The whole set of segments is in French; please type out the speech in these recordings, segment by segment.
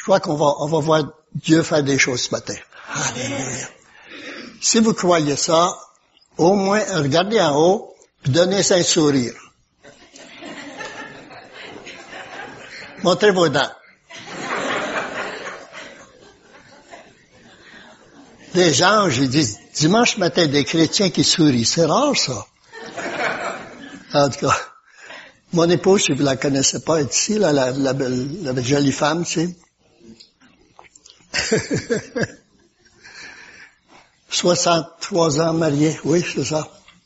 crois on va voir Dieu faire des choses ce matin. Alléluia. Si vous croyez ça, au moins, regardez en haut, puis donnez un sourire. Montrez vos dents. Des anges, ils disent, dimanche matin, des chrétiens qui sourient. C'est rare, ça. En tout cas, mon épouse, si vous la connaissez pas, est ici, là, la jolie femme, tu sais. 63 ans mariés, oui, c'est ça.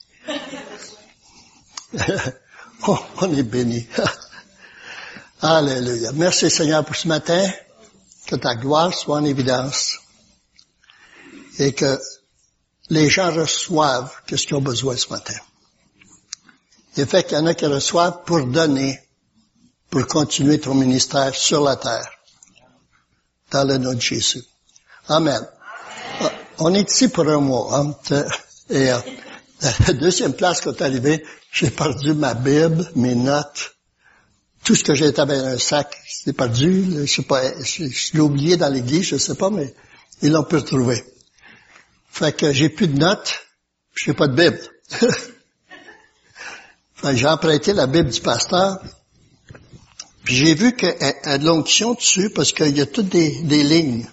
On est bénis. Alléluia. Merci Seigneur pour ce matin. Que ta gloire soit en évidence. Et que les gens reçoivent ce qu'ils ont besoin ce matin. Et fait qu'il y en a qui reçoivent pour donner, pour continuer ton ministère sur la terre. Dans le nom de Jésus. Amen. On est ici pour un mois. Hein? Et la deuxième place quand est arrivé, j'ai perdu ma Bible, mes notes, tout ce que j'ai avec un sac, c'est perdu. Je sais pas, je l'ai oublié dans l'église, je sais pas, mais ils l'ont pu retrouver. Fait que j'ai plus de notes, puis j'ai pas de Bible. Fait que j'ai emprunté la Bible du pasteur, puis j'ai vu qu'il y a de l'onction dessus parce qu'il y a toutes des lignes.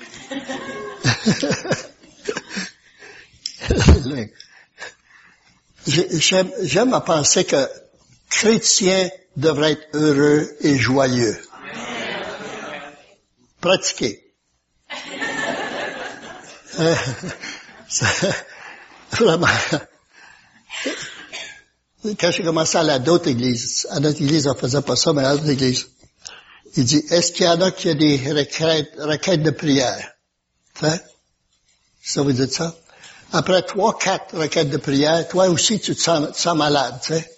J'aime à penser que chrétiens devraient être heureux et joyeux. Pratiquer. Vraiment. Quand j'ai commencé à aller à d'autres églises, à notre église, on faisait pas ça, mais à d'autres églises, il dit, est-ce qu'il y en a qui a des requêtes de prière? Hein? Ça vous dit ça? Après 3, 4 requêtes de prière, toi aussi tu te sens malade, tu sais.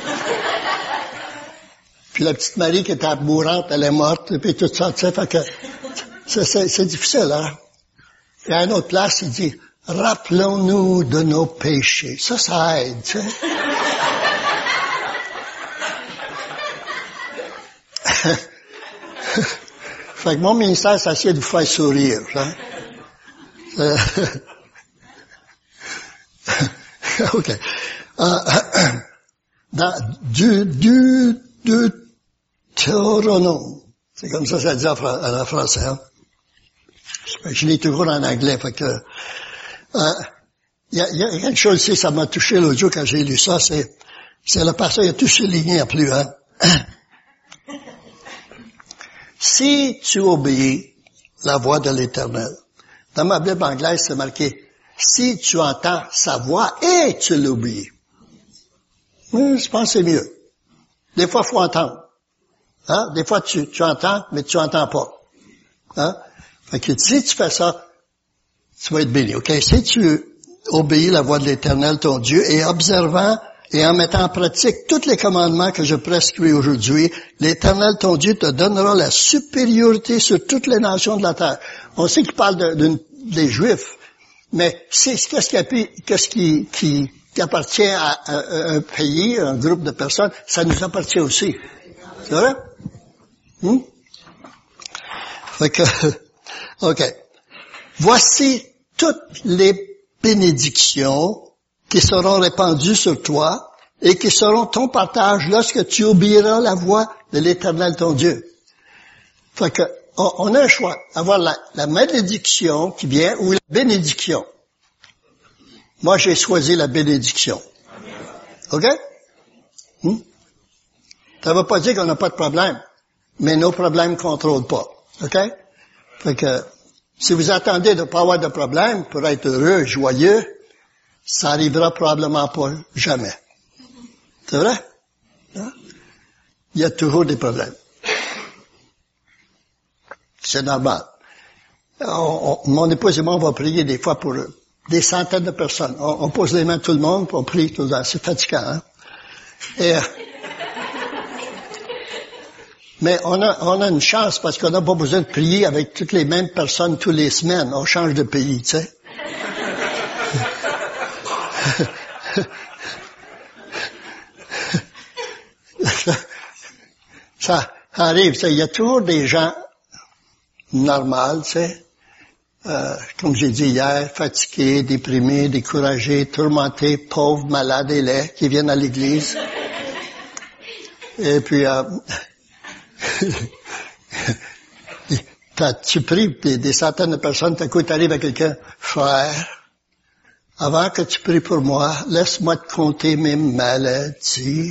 Puis la petite Marie qui était mourante, elle est morte, et puis tout ça, tu sais, fait que c'est difficile, hein. Et à une autre place, il dit, rappelons-nous de nos péchés. Ça aide, tu sais. Fait que mon ministère, c'est essayer de vous faire sourire, hein. OK. Dans Deutéronome, c'est comme ça dit en français, hein. Je l'ai toujours en anglais, fait que, il y a quelque chose ici, ça m'a touché l'autre jour quand j'ai lu ça, c'est le pasteur, il a tout souligné en plus, hein. Si tu obéis la voix de l'Éternel, dans ma Bible anglaise, c'est marqué, si tu entends sa voix et tu l'oublies. Je pense que c'est mieux. Des fois, il faut entendre. Hein? Des fois, tu entends, mais tu entends pas. Hein? Fait que si tu fais ça, tu vas être béni. OK? Si tu obéis la voix de l'Éternel, ton Dieu, et observant et en mettant en pratique tous les commandements que je prescris aujourd'hui, l'Éternel, ton Dieu, te donnera la supériorité sur toutes les nations de la terre. On sait qu'il parle des Juifs, mais qu'est-ce qui appartient à un pays, un groupe de personnes, ça nous appartient aussi. C'est vrai? Fait que, OK. Voici toutes les bénédictions qui seront répandues sur toi et qui seront ton partage lorsque tu obéiras la voix de l'Éternel ton Dieu. Fait que, on a un choix, avoir la malédiction qui vient ou la bénédiction. Moi, j'ai choisi la bénédiction. OK? Ça veut pas dire qu'on n'a pas de problème, mais nos problèmes ne contrôlent pas. OK? Fait que, si vous attendez de ne pas avoir de problème pour être heureux, joyeux, ça arrivera probablement pas jamais. C'est vrai? Hein? Il y a toujours des problèmes. C'est normal. Mon épouse et moi, on va prier des fois pour des centaines de personnes. On pose les mains de tout le monde, puis on prie tout le temps. C'est fatigant, hein? Mais on a une chance parce qu'on n'a pas besoin de prier avec toutes les mêmes personnes toutes les semaines. On change de pays, tu sais. Ça arrive, il y a toujours des gens normal, tu sais. Comme j'ai dit hier, fatigué, déprimé, découragé, tourmenté, pauvre, malade et laid, qui viennent à l'église. Et puis, tu pries, des centaines de personnes, d'un coup, t'arrives à quelqu'un, frère, avant que tu pries pour moi, laisse-moi te compter mes maladies.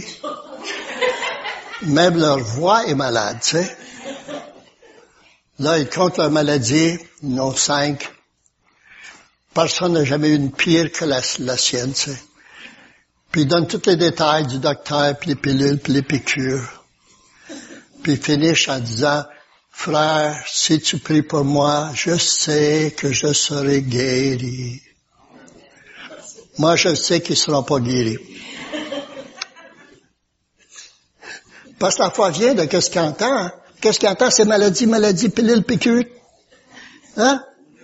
Même leur voix est malade, tu sais. Là, ils comptent leur maladie, ils en ont 5. Personne n'a jamais eu une pire que la sienne, tu sais. Puis ils donnent tous les détails du docteur, puis les pilules, puis les piqûres. Puis ils finissent en disant, frère, si tu pries pour moi, je sais que je serai guéri. Moi, je sais qu'ils ne seront pas guéris. Parce que la foi vient de qu'est-ce qu'il entend, hein? Qu'est-ce qu'il entend? C'est maladie, pilule, piqûre. Hein?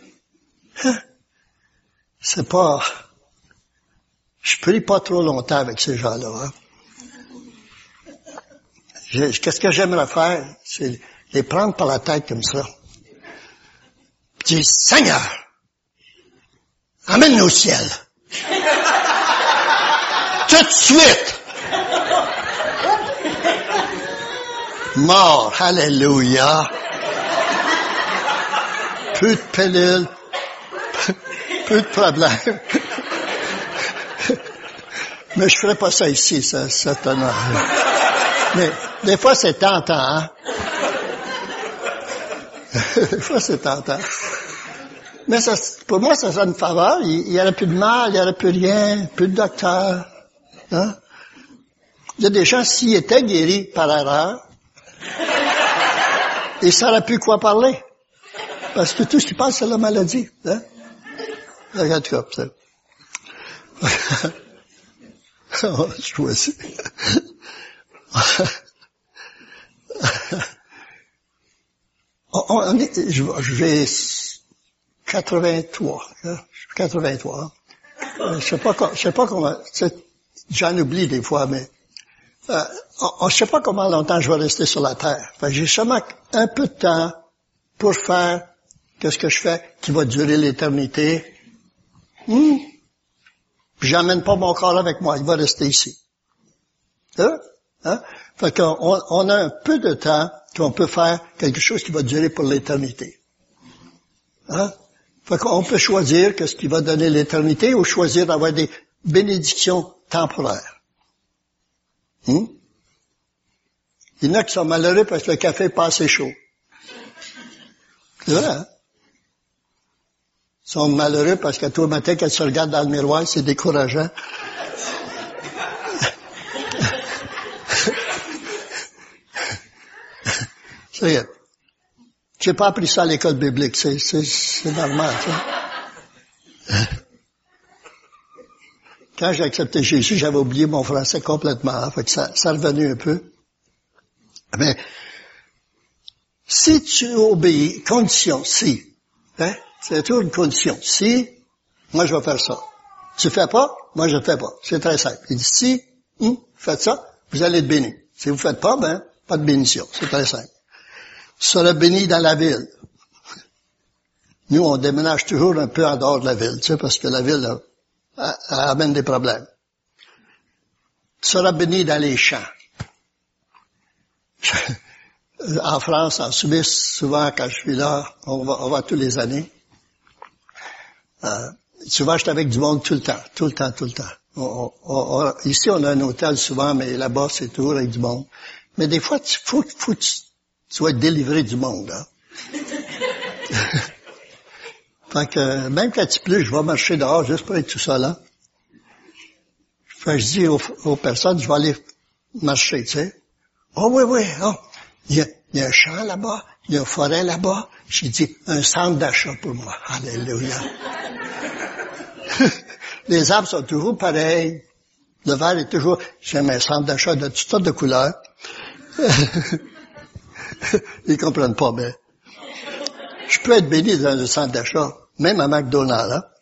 C'est pas... Je prie pas trop longtemps avec ces gens-là. Hein? Qu'est-ce que j'aimerais faire? C'est les prendre par la tête comme ça. Puis dire, Seigneur, amène-nous au ciel. Tout de suite. Mort, alléluia. Plus de pilules, plus de problèmes. Mais je ferais pas ça ici, ça certainement. Mais des fois c'est tentant, hein. Des fois c'est tentant. Mais ça, pour moi, ça serait une faveur. Il y aurait plus de mal, il y aurait plus rien, plus de docteur. Hein? Il y a des gens, s'ils étaient guéris par erreur, ils ne sauraient plus quoi parler. Parce que tout ce qui passe, c'est la maladie. Hein? Regarde comme ça. Je vois aussi. J'ai 83. Hein? 83. Je sais pas comment, j'en oublie des fois, mais je sais pas comment longtemps je vais rester sur la terre. J'ai seulement un peu de temps pour faire qu'est-ce que je fais qui va durer l'éternité. Puis j'emmène pas mon corps avec moi, il va rester ici. Hein? Fait qu'on a un peu de temps qu'on peut faire quelque chose qui va durer pour l'éternité. Hein? Fait qu'on peut choisir qu'est-ce qui va donner l'éternité ou choisir d'avoir des bénédictions temporaires. Il y en a qui sont malheureux parce que le café est pas assez chaud. C'est vrai, hein? Ils sont malheureux parce qu'à tout le matin, quand ils se regardent dans le miroir, c'est décourageant. C'est j'ai pas appris ça à l'école biblique, c'est normal, ça. Quand j'ai accepté Jésus, j'avais oublié mon français complètement, hein, fait que ça est revenu un peu. Mais, si tu obéis, condition, si, hein, c'est toujours une condition. Si, moi je vais faire ça. Tu fais pas, moi je fais pas. C'est très simple. Il dit, si, faites ça, vous allez être béni. Si vous faites pas, pas de bénédiction. C'est très simple. Tu seras béni dans la ville. Nous, on déménage toujours un peu en dehors de la ville, tu sais, parce que la ville elle amène des problèmes. Tu seras béni dans les champs. En France, en Suisse, souvent quand je suis là, on va tous les années. Souvent, je suis avec du monde tout le temps. Ici, on a un hôtel souvent, mais là-bas, c'est toujours avec du monde. Mais des fois, faut que tu sois délivré du monde, hein. Fait que, même quand il pleut, je vais marcher dehors juste pour être tout seul, hein. Fait que je dis aux personnes, je vais aller marcher, tu sais. Oh oui, oh. Il y a un champ là-bas, il y a une forêt là-bas. J'ai dit, un centre d'achat pour moi. Alléluia. Les arbres sont toujours pareils. Le vert est toujours, j'aime un centre d'achat de toutes sortes de couleurs. Ils comprennent pas, mais je peux être béni dans un centre d'achat, même à McDonald's, hein.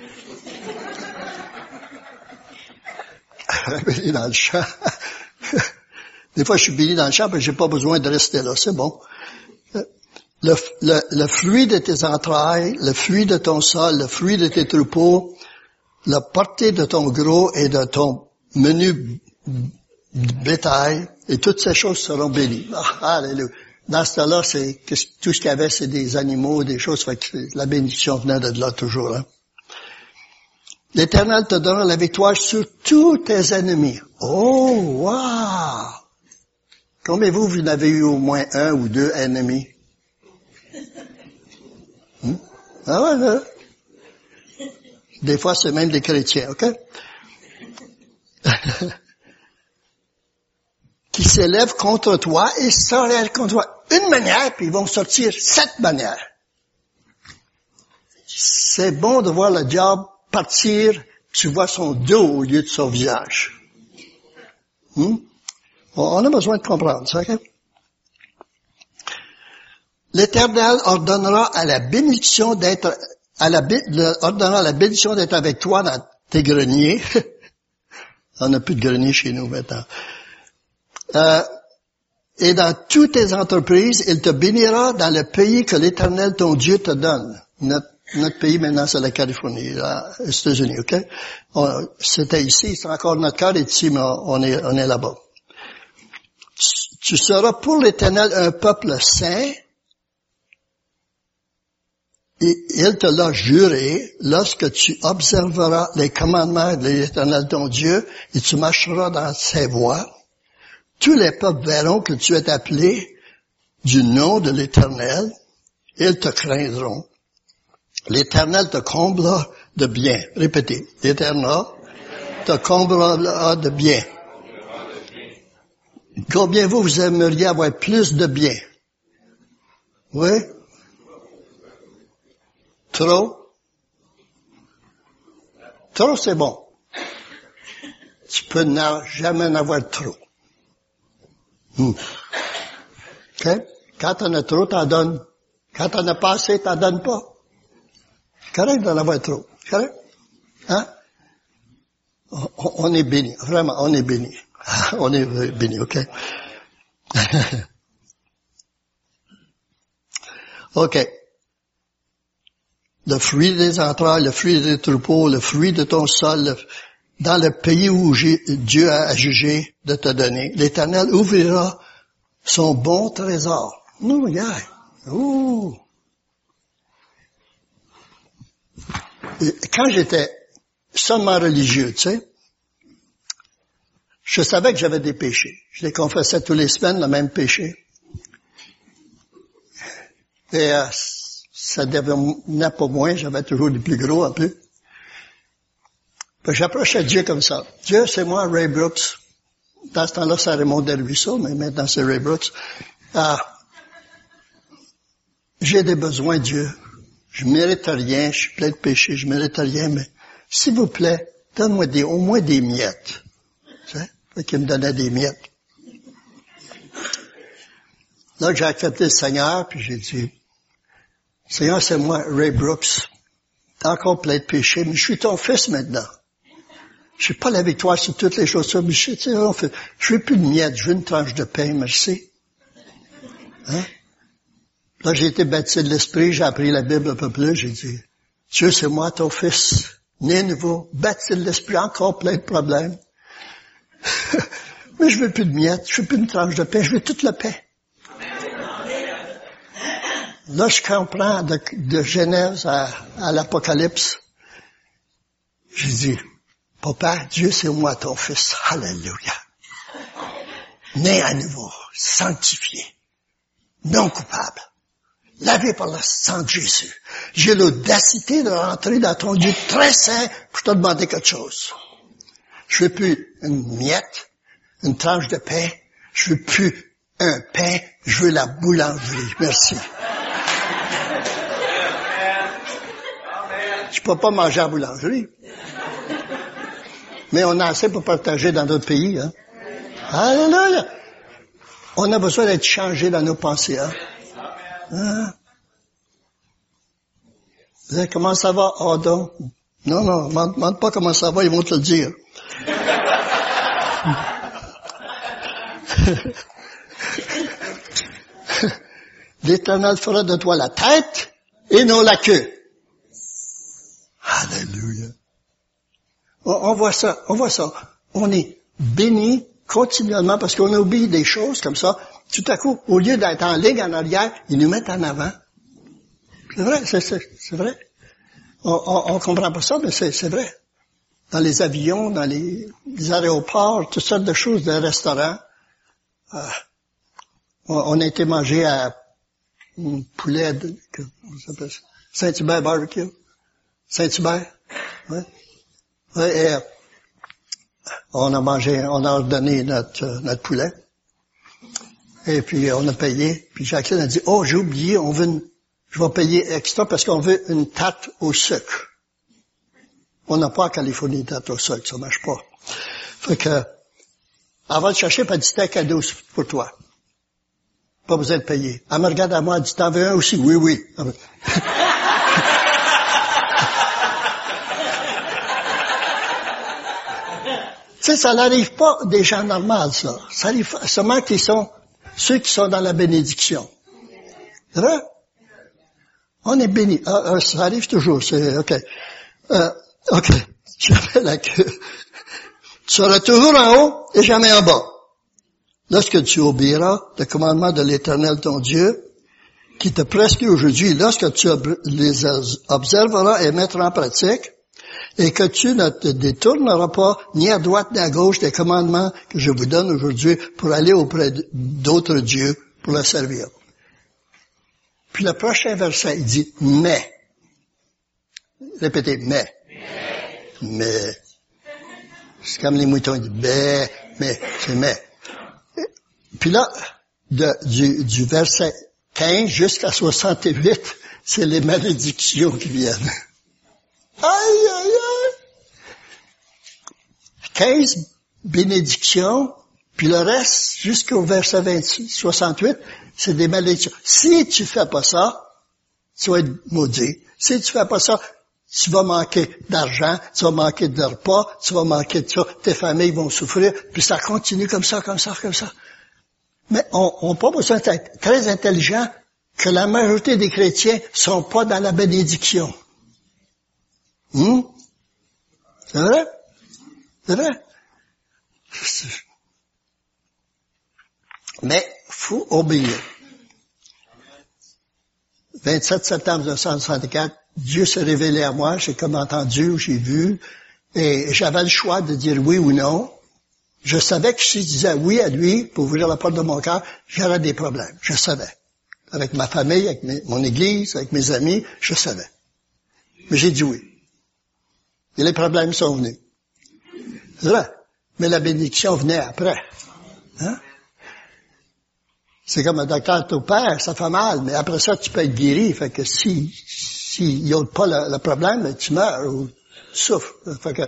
Béni dans le champ. Des fois, je suis béni dans le champ, mais j'ai pas besoin de rester là, c'est bon. le fruit de tes entrailles, le fruit de ton sol, le fruit de tes troupeaux, la portée de ton gros et de ton menu bétail, et toutes ces choses seront bénies. Ah, alléluia. Dans ce temps-là, tout ce qu'il y avait, c'est des animaux, des choses, fait que la bénédiction venait de là toujours, hein. L'Éternel te donnera la victoire sur tous tes ennemis. Oh, wow! Combien vous n'avez eu au moins un ou deux ennemis? Ah ouais, là. Des fois, c'est même des chrétiens, OK? Qui s'élèvent contre toi et s'enlèvent contre toi une manière, puis ils vont sortir 7 manières. C'est bon de voir le diable partir, tu vois son dos au lieu de son visage. On a besoin de comprendre ça, OK? L'Éternel ordonnera la bénédiction d'être avec toi dans tes greniers. On n'a plus de greniers chez nous maintenant. Et dans toutes tes entreprises, il te bénira dans le pays que l'Éternel, ton Dieu, te donne. Notre pays maintenant, c'est la Californie, les États-Unis, OK? C'était ici, c'est encore notre cœur est ici, mais on est là-bas. Tu seras pour l'Éternel un peuple saint, et il te l'a juré lorsque tu observeras les commandements de l'Éternel ton Dieu et tu marcheras dans ses voies. Tous les peuples verront que tu es appelé du nom de l'Éternel. Ils te craindront. L'Éternel te comblera de bien. Répétez. L'Éternel te comblera de bien. Combien vous aimeriez avoir plus de bien? Oui? Trop? Trop, c'est bon. Tu peux jamais en avoir trop. OK? Quand t'en as trop, t'en donnes. Quand t'en as pas assez, t'en donnes pas. C'est correct d'en avoir trop. C'est correct? Hein? On est béni. Vraiment, on est béni. On est béni, OK? OK. Le fruit des entrailles, le fruit des troupeaux, le fruit de ton sol, dans le pays où Dieu a jugé de te donner, l'Éternel ouvrira son bon trésor. Nous, regarde. Ouh. Quand j'étais seulement religieux, tu sais, je savais que j'avais des péchés. Je les confessais tous les semaines, le même péché. Et ça devenait pas moins, j'avais toujours des plus gros un peu. Puis j'approchais Dieu comme ça. Dieu, c'est moi, Ray Brooks. Dans ce temps-là, ça remonte à ruisseau, mais maintenant c'est Ray Brooks. J'ai des besoins, Dieu. Je mérite rien, je suis plein de péchés, je mérite rien, mais s'il vous plaît, donne-moi au moins des miettes. Tu sais? Fait qu'il me donnait des miettes. Là, j'ai accepté le Seigneur, puis j'ai dit, Seigneur, c'est moi, Ray Brooks. T'es encore plein de péchés, mais je suis ton fils maintenant. Je n'ai pas la victoire sur toutes les choses, mais je veux plus de miettes, je veux une tranche de pain, merci. Hein? Là, j'ai été baptisé de l'Esprit, j'ai appris la Bible un peu plus, j'ai dit, Dieu, c'est moi, ton fils, né nouveau, baptisé de l'Esprit, encore plein de problèmes. Mais je veux plus de miettes, je veux plus une tranche de pain, je veux toute la paix. Là, je comprends de Genèse à l'Apocalypse. J'ai dit, Papa, Dieu, c'est moi, ton fils. Alléluia. Né à nouveau, sanctifié, non coupable, lavé par le sang de Jésus. J'ai l'audacité de rentrer dans ton Dieu très saint pour te demander quelque chose. Je veux plus une miette, une tranche de pain. Je veux plus un pain, je veux la boulangerie. Merci. Je peux pas manger à la boulangerie. Mais on a assez pour partager dans d'autres pays, hein. Alléluia. On a besoin d'être changé dans nos pensées, hein. Hein? Vous savez, comment ça va, Adam? Non, demande pas comment ça va, ils vont te le dire. l'Éternel fera de toi la tête et non la queue. Alléluia. On voit ça. On est béni continuellement parce qu'on oublie des choses comme ça. Tout à coup, au lieu d'être en ligne en arrière, ils nous mettent en avant. C'est vrai, c'est vrai. On comprend pas ça, mais c'est vrai. Dans les avions, dans les aéroports, toutes sortes de choses, des restaurants. On a été manger à un poulet comment ça s'appelle ça? Saint-Hubert Barbecue. Saint-Hubert. Ouais. Ouais, et on a ordonné notre poulet. Et puis on a payé. Puis Jacqueline a dit, oh, j'ai oublié, je vais payer extra parce qu'on veut une tarte au sucre. On n'a pas en Californie une tarte au sucre, ça marche pas. Fait que, elle va le chercher, puis elle dit, c'est un cadeau pour toi. Pas besoin de payer. Elle me regarde à moi, elle dit, t'en veux un aussi? Oui, oui. Tu sais, ça n'arrive pas des gens normaux, ça. Ça arrive seulement ceux qui sont dans la bénédiction. C'est vrai? On est béni. Ça arrive toujours, OK. OK. Jamais la queue. Tu seras toujours en haut et jamais en bas. Lorsque tu obéiras le commandement de l'Éternel ton Dieu, qui te prescrit aujourd'hui, lorsque tu les observeras et mettras en pratique, et que tu ne te détourneras pas ni à droite ni à gauche des commandements que je vous donne aujourd'hui pour aller auprès d'autres dieux pour les servir. Puis le prochain verset, il dit « mais ». Répétez « mais ». Mais. C'est comme les moutons, ils disent « mais », c'est « mais ». Puis là, du verset 15 jusqu'à 68, c'est les malédictions qui viennent. Aïe, aïe, aïe! 15 bénédictions, puis le reste, jusqu'au verset 26, 68, c'est des malédictions. Si tu fais pas ça, tu vas être maudit. Si tu fais pas ça, tu vas manquer d'argent, tu vas manquer de repas, tu vas manquer de ça, tes familles vont souffrir, puis ça continue comme ça. Mais on n'a pas besoin d'être très intelligent que la majorité des chrétiens sont pas dans la bénédiction. C'est vrai? C'est vrai? Mais faut obéir. 27 septembre 1964, Dieu s'est révélé à moi, j'ai comme entendu, j'ai vu, et j'avais le choix de dire oui ou non. Je savais que si je disais oui à lui, pour ouvrir la porte de mon cœur, j'aurais des problèmes. Je savais. Avec ma famille, avec mon église, avec mes amis, je savais. Mais j'ai dit oui. Et les problèmes sont venus. C'est vrai. Mais la bénédiction venait après. Hein? C'est comme un docteur ton père, ça fait mal, mais après ça, tu peux être guéri. Fait que s'il n'y a pas le problème, tu meurs ou tu souffres. Fait que,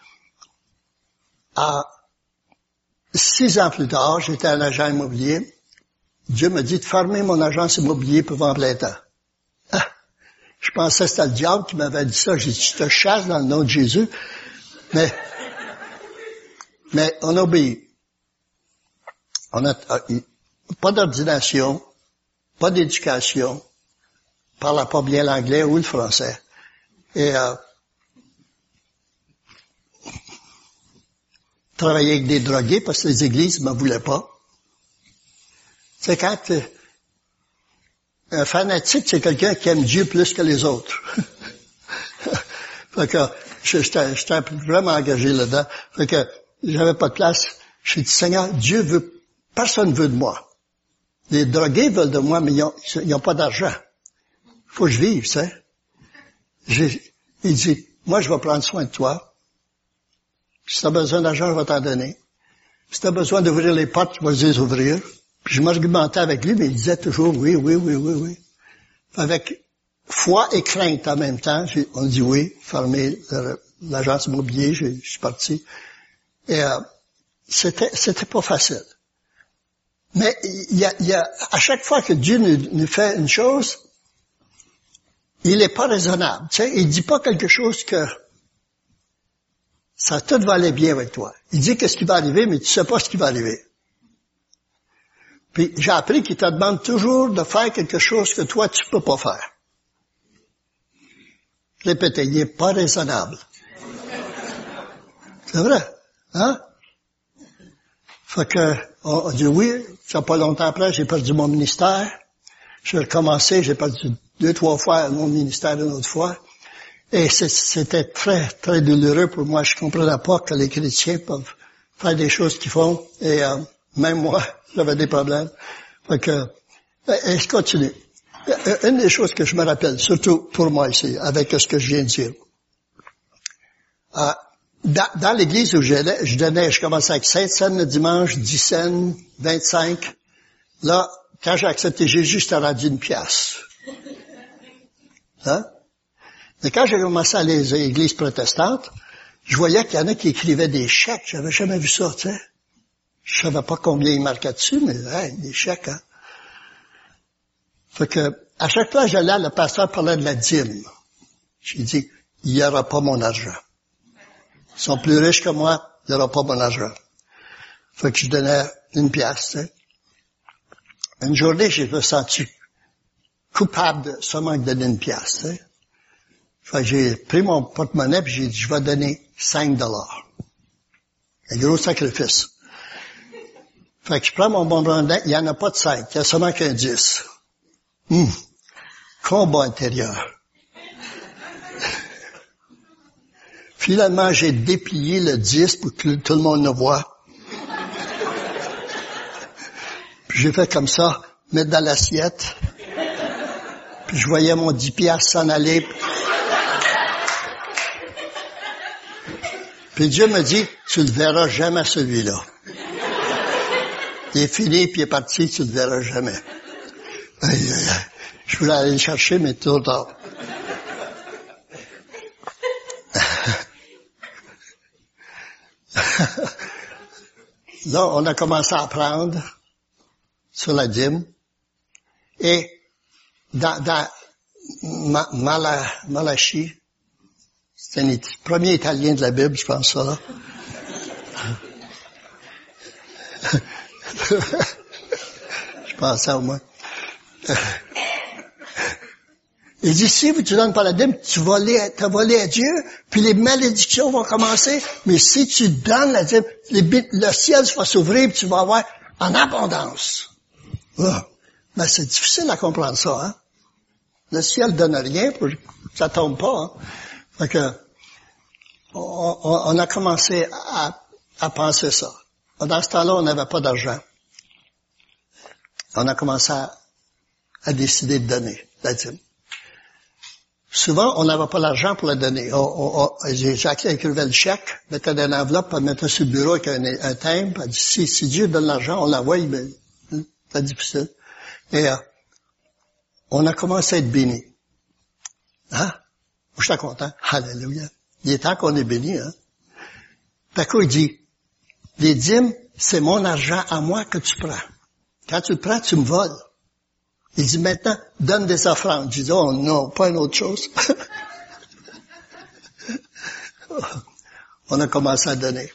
6 ans plus tard, j'étais un agent immobilier. Dieu m'a dit de fermer mon agence immobilier pour vendre plein temps. Je pensais que c'était le diable qui m'avait dit ça. J'ai dit, je te chasse dans le nom de Jésus. Mais on obéit. On a pas d'ordination, pas d'éducation, parle pas bien l'anglais ou le français. Et travailler avec des drogués parce que les églises ne m'en voulaient pas. C'est quand un fanatique, c'est quelqu'un qui aime Dieu plus que les autres. Fait que j'étais vraiment engagé là-dedans. Fait que j'avais pas de place. J'ai dit, Seigneur, personne veut de moi. Les drogués veulent de moi, mais ils ont pas d'argent. Faut que je vive, tu sais. Il dit, moi, je vais prendre soin de toi. Si tu as besoin d'argent, je vais t'en donner. Si tu as besoin d'ouvrir les portes, je vais les ouvrir. Puis je m'argumentais avec lui, mais il disait toujours oui. Avec foi et crainte en même temps, on dit oui, fermer l'agence immobilier, je suis parti. Et c'était pas facile. Mais il y a à chaque fois que Dieu nous fait une chose, il est pas raisonnable. Tu sais, il dit pas quelque chose que ça tout va aller bien avec toi. Il dit qu'est-ce qui va arriver, mais tu sais pas ce qui va arriver. Puis j'ai appris qu'il te demande toujours de faire quelque chose que toi, tu peux pas faire. Répétez, il n'est pas raisonnable. C'est vrai, hein? Fait que, on dit oui, ça pas longtemps après, j'ai perdu mon ministère. J'ai recommencé, j'ai perdu 2-3 fois mon ministère une autre fois. Et c'était très, très douloureux pour moi. Je comprenais pas que les chrétiens peuvent faire des choses qu'ils font. Et même moi, j'avais des problèmes. Fait que, et je continue. Une des choses que je me rappelle, surtout pour moi ici, avec ce que je viens de dire. Dans l'église où je commençais avec 5 cents le dimanche, 10 cents, 25. Là, quand j'ai accepté Jésus, j'étais rendu 1 piastre. Hein? Mais quand j'ai commencé à les églises protestantes, je voyais qu'il y en a qui écrivaient des chèques. J'avais jamais vu ça, tu sais. Je savais pas combien ils marquaient dessus, mais des chèques, hein. Fait que, à chaque fois que j'allais, le pasteur parlait de la dîme. J'ai dit, il n'y aura pas mon argent. Ils sont plus riches que moi, il n'y aura pas mon argent. Fait que je donnais 1 piastre, tu sais. Une journée, j'ai me senti coupable de seulement donner 1 piastre, tu sais. Fait que j'ai pris mon porte-monnaie puis j'ai dit, je vais donner $5. Un gros sacrifice. Fait que je prends mon bonbon, il n'y en a pas de 5, il y a seulement qu'un 10. Combat intérieur. Finalement, j'ai déplié le 10 pour que tout le monde le voie. Puis j'ai fait comme ça, mettre dans l'assiette. Puis je voyais mon 10 piastres s'en aller. Puis Dieu me dit, tu le verras jamais celui-là. Il est fini, puis il est parti, tu le verras jamais. Je voulais aller le chercher, mais trop tard. Là, on a commencé à apprendre sur la dîme. Et dans Malachie, c'est un premier Italien de la Bible, je pense ça, là. Je pensais au moins. Il dit, si tu donnes pas la dîme, t'as volé à Dieu, puis les malédictions vont commencer, mais si tu donnes la dîme, le ciel va s'ouvrir, puis tu vas avoir en abondance. Mais c'est difficile à comprendre ça, hein. Le ciel donne rien, ça tombe pas, hein. Fait que, on a commencé à penser ça. Dans ce temps-là, on n'avait pas d'argent. On a commencé à décider de donner la dîme. Souvent, on n'avait pas l'argent pour la donner. Jacques écrivait le chèque, mettait dans une enveloppe, elle mettait sur le bureau avec un timbre, elle dit, si Dieu donne l'argent, on l'envoie, mais c'est difficile. Et on a commencé à être bénis. Hein? Je suis content. Alléluia. Il est temps qu'on est bénis, hein? Fait qu'il dit, les dîmes, c'est mon argent à moi que tu prends. Quand tu le prends, tu me voles. Il dit, maintenant, donne des offrandes. Je dis, oh non, pas une autre chose. On a commencé à donner.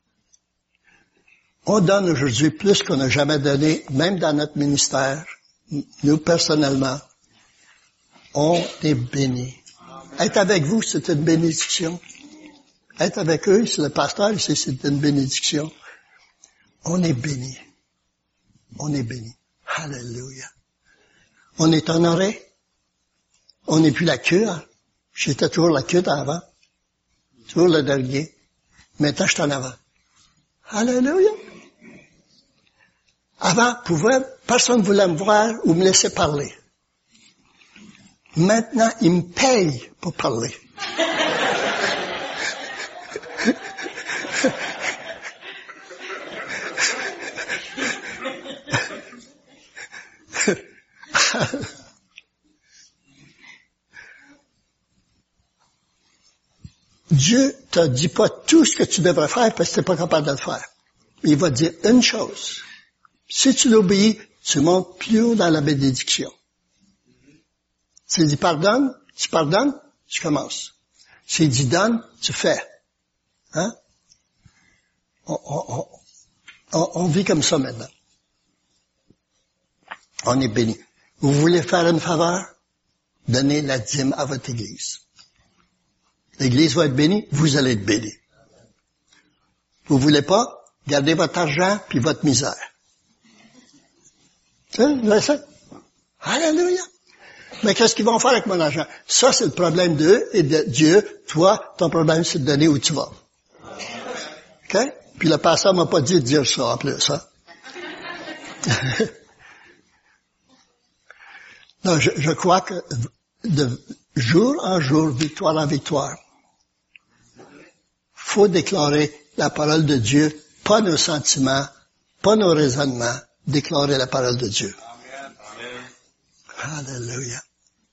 On donne aujourd'hui plus qu'on n'a jamais donné, même dans notre ministère. Nous, personnellement, on est bénis. Être avec vous, c'est une bénédiction. Être avec eux, c'est le pasteur, c'est une bénédiction. On est bénis. On est bénis. Alléluia. On est honoré. On n'est plus la queue. Hein? J'étais toujours la queue avant. Toujours le dernier. Maintenant, je suis en avant. Alléluia. Avant, personne ne voulait me voir ou me laisser parler. Maintenant, ils me payent pour parler. Dieu te dit pas tout ce que tu devrais faire parce que tu n'es pas capable de le faire. Il va dire une chose. Si tu l'obéis, tu montes plus haut dans la bénédiction. S'il dit pardonne, tu commences. S'il dit donne, tu fais. Hein? On vit comme ça maintenant. On est béni. Vous voulez faire une faveur? Donnez la dîme à votre Église. L'Église va être bénie, vous allez être bénis. Vous voulez pas? Gardez votre argent puis votre misère. C'est ça? Alléluia! Mais qu'est-ce qu'ils vont faire avec mon argent? Ça, c'est le problème d'eux et de Dieu. Toi, ton problème, c'est de donner où tu vas. OK? Puis le pasteur m'a pas dit de dire ça en plus, hein? Non, je crois que de jour en jour, victoire en victoire, faut déclarer la parole de Dieu, pas nos sentiments, pas nos raisonnements, déclarer la parole de Dieu. Amen. Alléluia.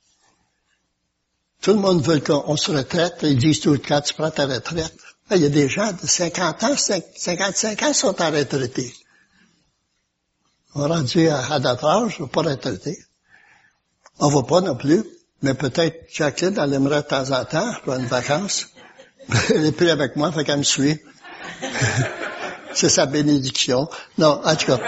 Tout le monde veut qu'on se retraite. Ils disent tout le temps, tu prends ta retraite. Il y a des gens de 50 ans, 55 ans qui sont en retraités. On est rendu à notre âge, on ne va pas retraiter. On ne va pas non plus, mais peut-être Jacqueline, elle aimerait de temps en temps pour une vacance. Elle est plus avec moi, fait qu'elle me suit. C'est sa bénédiction. Non, en tout cas.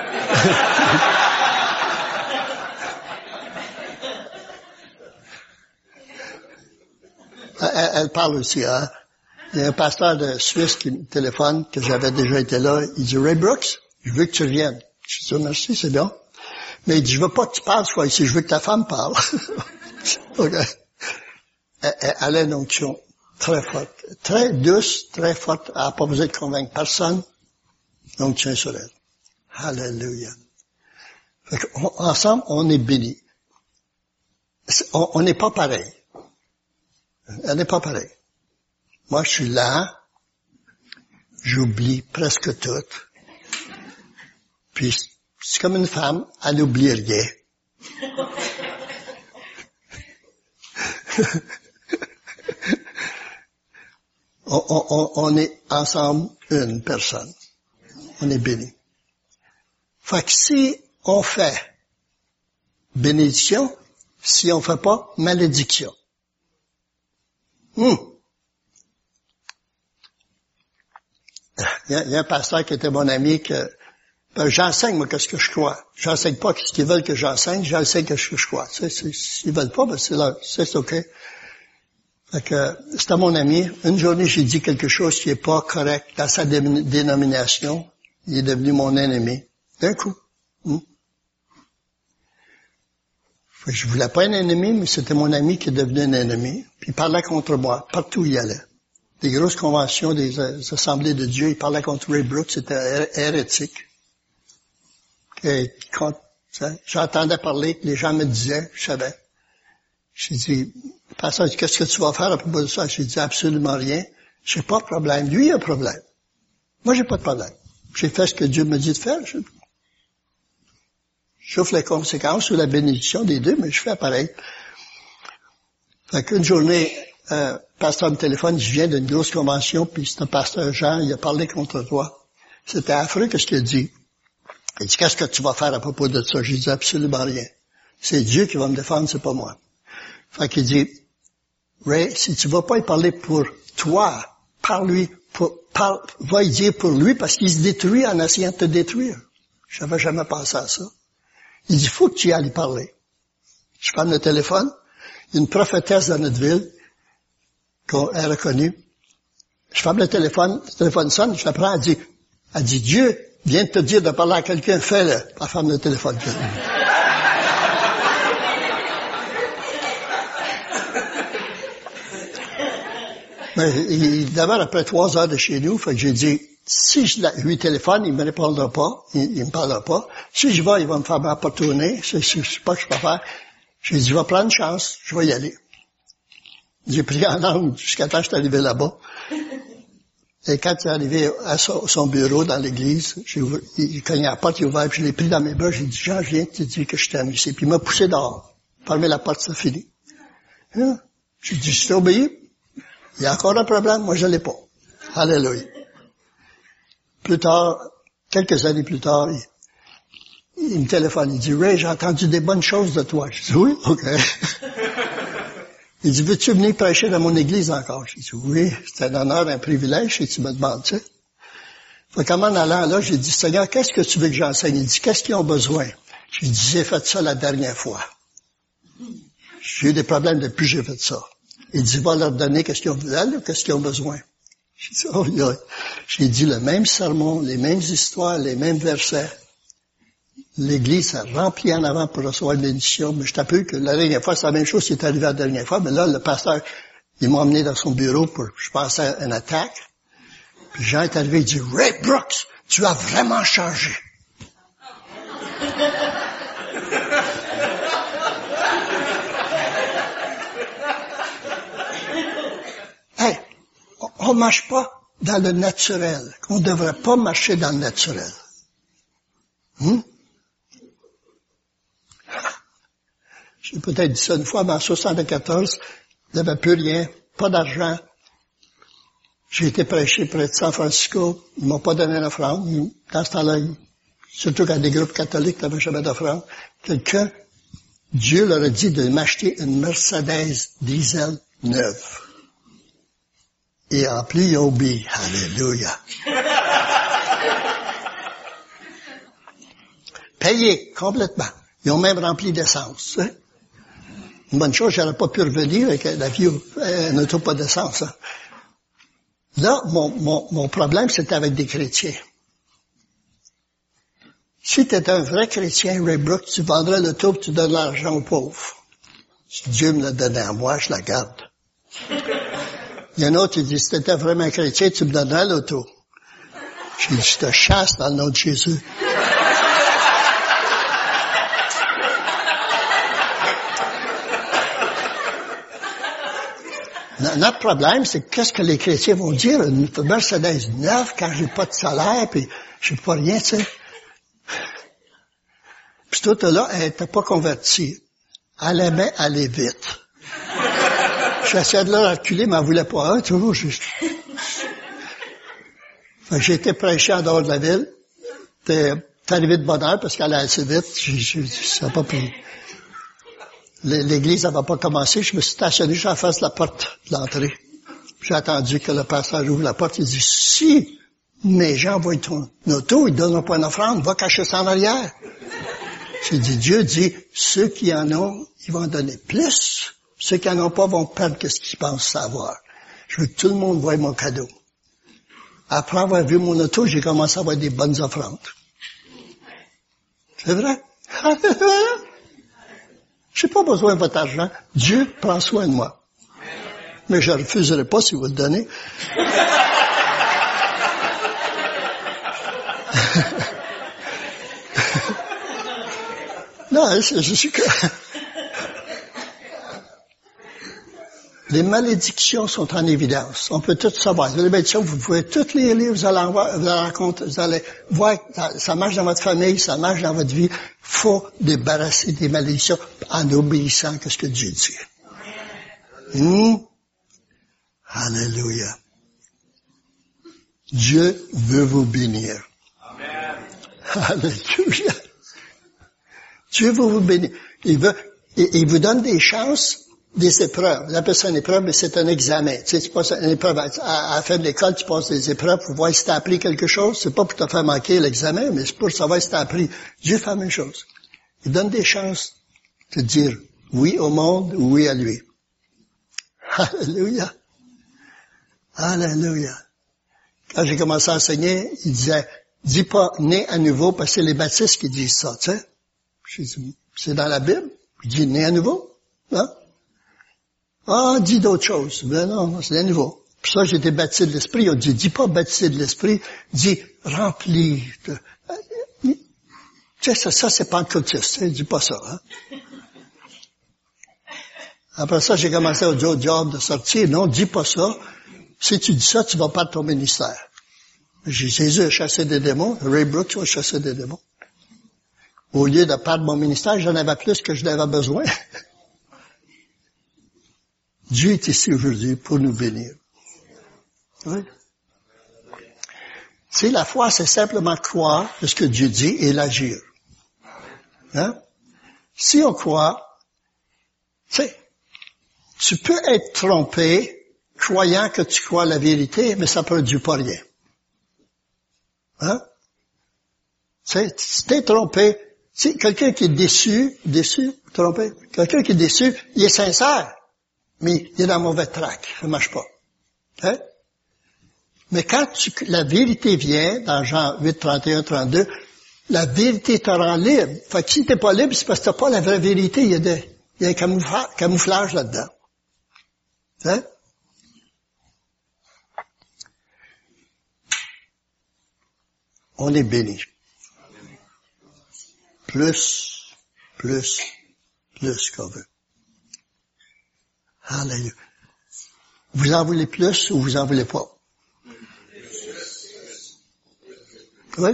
Elle parle aussi, hein. Il y a un pasteur de Suisse qui me téléphone, que j'avais déjà été là. Il dit, Ray Brooks, je veux que tu reviennes. Je dis, merci, c'est bien. Mais il dit, je veux pas que tu parles, sois ici, je veux que ta femme parle. Okay. Elle a une onction très forte, très douce, très forte. Elle n'a pas besoin de convaincre personne. L'onction sur elle. Alléluia. Ensemble, on est bénis. On n'est pas pareil. Elle n'est pas pareille. Moi, je suis là, j'oublie presque tout. Puis, c'est comme une femme, elle n'oublie rien. On est ensemble une personne. On est bénis. Fait que si on fait bénédiction, si on fait pas malédiction. Il y a un pasteur qui était mon ami que j'enseigne, moi, qu'est-ce que je crois. J'enseigne pas ce qu'ils veulent que j'enseigne, j'enseigne qu'est-ce que je crois. S'ils veulent pas, ben c'est OK. Fait que, c'était mon ami. Une journée, j'ai dit quelque chose qui est pas correct dans sa dénomination. Il est devenu mon ennemi. D'un coup. Fait que je voulais pas un ennemi, mais c'était mon ami qui est devenu un ennemi. Puis il parlait contre moi, partout où il allait. Des grosses conventions, des assemblées de Dieu, il parlait contre Ray Brooks, c'était hérétique. J'entendais parler, les gens me disaient, je savais. J'ai dit, pasteur, qu'est-ce que tu vas faire à propos de ça? J'ai dit, absolument rien. J'ai pas de problème. Lui, il a un problème. Moi, j'ai pas de problème. J'ai fait ce que Dieu me dit de faire. J'offre les conséquences ou la bénédiction des deux, mais je fais pareil. Fait qu'une journée, pasteur me téléphone, je viens d'une grosse convention, puis c'est un pasteur Jean, il a parlé contre toi. C'était affreux, qu'est-ce qu'il a dit? Il dit, qu'est-ce que tu vas faire à propos de ça? J'ai dit, absolument rien. C'est Dieu qui va me défendre, c'est pas moi. Fait qu'il dit, Ray, si tu vas pas y parler pour toi, parle-lui, va y dire pour lui, parce qu'il se détruit en essayant de te détruire. J'avais jamais pensé à ça. Il dit, faut que tu y ailles y parler. Je prends le téléphone. Il y a une prophétesse dans notre ville qu'on a reconnue. Je ferme le téléphone sonne, je la prends, elle dit, Dieu vient de te dire de parler à quelqu'un, fais-le. Elle ferme le téléphone. Mais d'abord, après 3 heures de chez nous, fait que j'ai dit, si je lui téléphone, il me répondra pas, il me parlera pas. Si je vais, il va me faire pas tourner. Je sais pas ce que je peux faire. J'ai dit, je vais prendre une chance, je vais y aller. J'ai pris en langue jusqu'à temps que je suis arrivé là-bas. Et quand il est arrivé à son bureau dans l'église, il cognait à la porte, il a ouvert, puis je l'ai pris dans mes bras, j'ai dit, Jean, je viens de te dire que je t'aime ici. Puis il m'a poussé dehors. Fermé la porte, ça finit. J'ai dit, je t'ai obéi. Il y a encore un problème, moi je l'ai pas. Alléluia. Plus tard, quelques années plus tard, il me téléphone, il dit, Ray, j'ai entendu des bonnes choses de toi. Je dis, oui, OK. Il dit, veux-tu venir prêcher dans mon église encore? J'ai dit, oui, c'est un honneur, un privilège, et tu me demandes, tu sais. Fait qu'en m'en allant là, j'ai dit, Seigneur, qu'est-ce que tu veux que j'enseigne? Il dit, qu'est-ce qu'ils ont besoin? J'ai dit, j'ai fait ça la dernière fois. J'ai eu des problèmes depuis que j'ai fait ça. Il dit, va leur donner qu'est-ce qu'ils ont besoin ou qu'est-ce qu'ils ont besoin. J'ai dit, oh, yeah. J'ai dit le même sermon, les mêmes histoires, les mêmes versets. L'église a rempli en avant pour recevoir une bénédiction, mais je t'appelle que la dernière fois, c'est la même chose qui est arrivé la dernière fois, mais là, le pasteur, il m'a emmené dans son bureau pour, je pensais à une attaque. Puis Jean est arrivé, il dit, Ray Brooks, tu as vraiment changé. Hey, on marche pas dans le naturel. On devrait pas marcher dans le naturel. J'ai peut-être dit ça une fois, mais en 74, il n'y avait plus rien, pas d'argent. J'ai été prêché près de San Francisco. Ils m'ont pas donné d'offrande. Dans ce temps-là, surtout quand des groupes catholiques n'avaient jamais d'offrande. Dieu leur a dit de m'acheter une Mercedes diesel neuve. Et en plus, ils ont obéi. Alléluia. Payé complètement. Ils ont même rempli d'essence. Hein? Une bonne chose, j'aurais pas pu revenir avec la vie une auto pas d'essence. Hein? Là, mon problème, c'était avec des chrétiens. Si tu étais un vrai chrétien, Ray Brooks, tu vendrais l'auto et tu donnes l'argent aux pauvres. Si Dieu me l'a donné à moi, je la garde. Il y en a un autre qui dit, si tu étais vraiment chrétien, tu me donnerais l'auto. J'ai dit, je te chasse dans le nom de Jésus. Notre problème, c'est qu'est-ce que les chrétiens vont dire? Une Mercedes neuve quand j'ai pas de salaire puis j'ai pas rien, tu sais. Puis tout là, elle était pas convertie. Elle aimait aller vite. J'essayais de la reculer, mais elle voulait pas. Hein, tu vois, juste. Fait que j'ai été prêché en dehors de la ville. T'es arrivé de bonne heure parce qu'elle allait assez vite. Ça n'a pas pris. L'église n'avait pas commencé, je me suis stationné juste en face de la porte de l'entrée. J'ai attendu que le pasteur ouvre la porte, il dit, si mes gens voient ton auto, ils ne donneront pas une offrande, va cacher ça en arrière. J'ai dit, Dieu dit, ceux qui en ont, ils vont en donner plus. Ceux qui en ont pas vont perdre ce qu'ils pensent savoir. Je veux que tout le monde voie mon cadeau. Après avoir vu mon auto, j'ai commencé à avoir des bonnes offrandes. C'est vrai? J'ai pas besoin de votre argent. Dieu prend soin de moi. Mais je ne refuserai pas si vous le donnez. Non, je suis que... Les malédictions sont en évidence. On peut tout savoir. Les malédictions, vous pouvez toutes les lire, vous allez voir, ça marche dans votre famille, ça marche dans votre vie. Faut débarrasser des malédictions en obéissant à ce que Dieu dit. Alléluia. Dieu veut vous bénir. Amen. Alléluia. Dieu veut vous bénir. Il vous donne des chances, des épreuves. On appelle ça une épreuve, mais c'est un examen. Tu sais, tu passes une épreuve. À la fin de l'école, tu passes des épreuves pour voir si tu as appris quelque chose. C'est pas pour te faire manquer l'examen, mais c'est pour savoir si tu as appris. Dieu fait la même chose. Il donne des chances de dire oui au monde ou oui à lui. Alléluia. Alléluia. Quand j'ai commencé à enseigner, il disait, dis pas né à nouveau parce que c'est les baptistes qui disent ça, tu sais. J'ai dit, c'est dans la Bible. Je dis, né à nouveau? Non? Ah, dis d'autres choses. Ben non, c'est à nouveau. Puis ça, j'ai été baptisé de l'Esprit. On dit, dis pas baptisé de l'Esprit, dis rempli. Tu sais, ça c'est pentecôtiste. Dis pas ça, hein. Après ça, j'ai commencé au job de sortir. Non, dis pas ça. Si tu dis ça, tu vas perdre ton ministère. Jésus a chassé des démons. Ray Brooks a chassé des démons. Au lieu de perdre mon ministère, j'en avais plus que je n'avais besoin. Dieu est ici aujourd'hui pour nous bénir. Oui. Tu sais, la foi, c'est simplement croire de ce que Dieu dit et l'agir. Hein? Si on croit, tu sais, tu peux être trompé croyant que tu crois la vérité, mais ça ne produit pas rien. Hein? Tu sais, si t'es trompé, Tu sais, quelqu'un qui est déçu, trompé, quelqu'un qui est déçu, il est sincère, mais il est dans un mauvais track, ça marche pas. Hein? Mais quand la vérité vient, dans Jean 8, 31, 32, la vérité te rend libre. Fait que si t'es pas libre, c'est parce que t'as pas la vraie vérité, il y a un camouflage là-dedans. Hein? On est béni. Plus qu'on veut. Alléluia. Vous en voulez plus ou vous en voulez pas? Oui?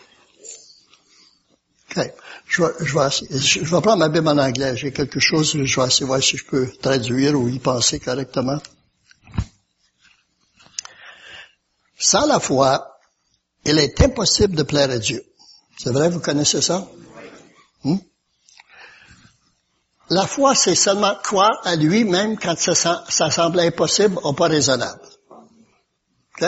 OK. Je vais prendre ma Bible en anglais. J'ai quelque chose, je vais essayer de voir si je peux traduire ou y penser correctement. Sans la foi, il est impossible de plaire à Dieu. C'est vrai, vous connaissez ça? La foi, c'est seulement croire à lui, même quand ça semble impossible ou pas raisonnable. OK?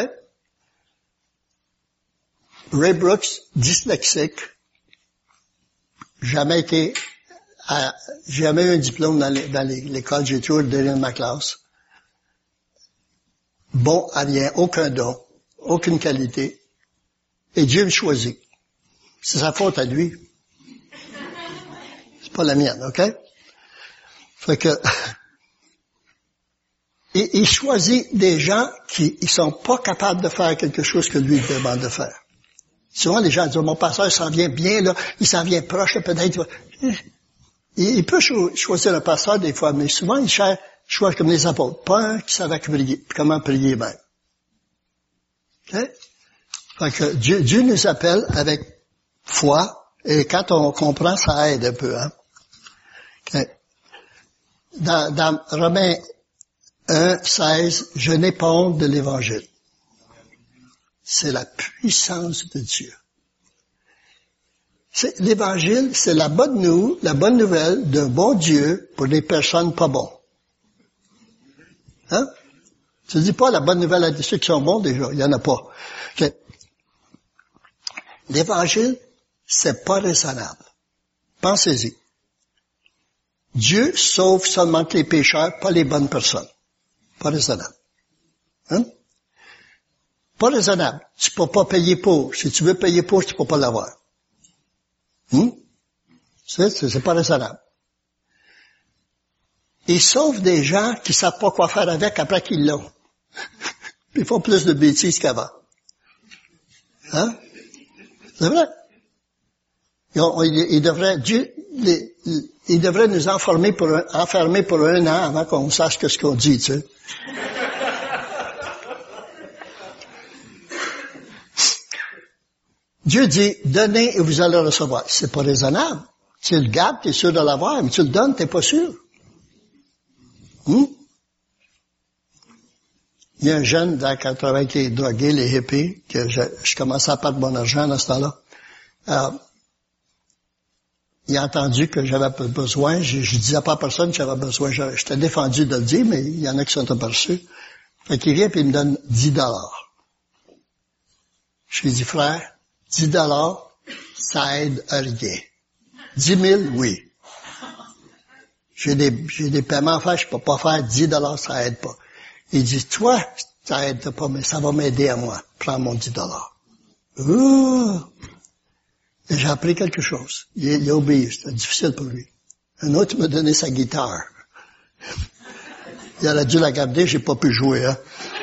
Ray Brooks, dyslexique, jamais eu un diplôme dans l'école, j'ai toujours derrière ma classe. Bon à rien, aucun don, aucune qualité. Et Dieu me choisit. C'est sa faute à lui. C'est pas la mienne, OK? Fait que, il choisit des gens qui ils sont pas capables de faire quelque chose que lui demande de faire. Souvent, les gens disent, mon pasteur, il s'en vient bien, là, il s'en vient proche, là, peut-être. Il peut choisir un pasteur des fois, mais souvent, il choisit comme les apôtres. Pas un qui savait comment prier même. Okay? Fait que Dieu nous appelle avec foi, et quand on comprend, ça aide un peu, hein. Okay. Dans Romains 1, 16, je n'ai pas honte de l'Évangile. C'est la puissance de Dieu. L'Évangile, c'est la bonne nouvelle d'un bon Dieu pour des personnes pas bonnes. Hein? Tu dis pas la bonne nouvelle à ceux qui sont bons déjà, il y en a pas. Okay. L'Évangile, c'est pas raisonnable. Pensez-y. Dieu sauve seulement les pécheurs, pas les bonnes personnes. Pas raisonnable. Hein? Pas raisonnable. Tu peux pas payer pour. Si tu veux payer pour, tu peux pas l'avoir. C'est pas raisonnable. Il sauve des gens qui savent pas quoi faire avec après qu'ils l'ont. Ils font plus de bêtises qu'avant. Hein? C'est vrai. Il devrait nous enfermer pour un an avant qu'on sache ce qu'on dit, tu sais. Dieu dit, donnez et vous allez recevoir. C'est pas raisonnable. Tu le gardes, t'es sûr de l'avoir, mais tu le donnes, t'es pas sûr. Il y a un jeune dans 80 qui est drogué, les hippies, que je commençais à perdre mon argent dans ce temps-là. Il a entendu que j'avais besoin, je disais pas à personne que j'avais besoin, j'étais défendu de le dire, mais il y en a qui sont aperçus. Fait qu'il vient et il me donne $10. Je lui dis, frère, $10, ça aide à rien. 10 000, oui. J'ai des paiements à faire, je peux pas faire $10, ça aide pas. Il dit, toi, ça aide pas, mais ça va m'aider à moi. Prends mon $10. Et j'ai appris quelque chose. Il a obéi, c'était difficile pour lui. Un autre m'a donné sa guitare. Il aurait dû la garder, j'ai pas pu jouer, hein.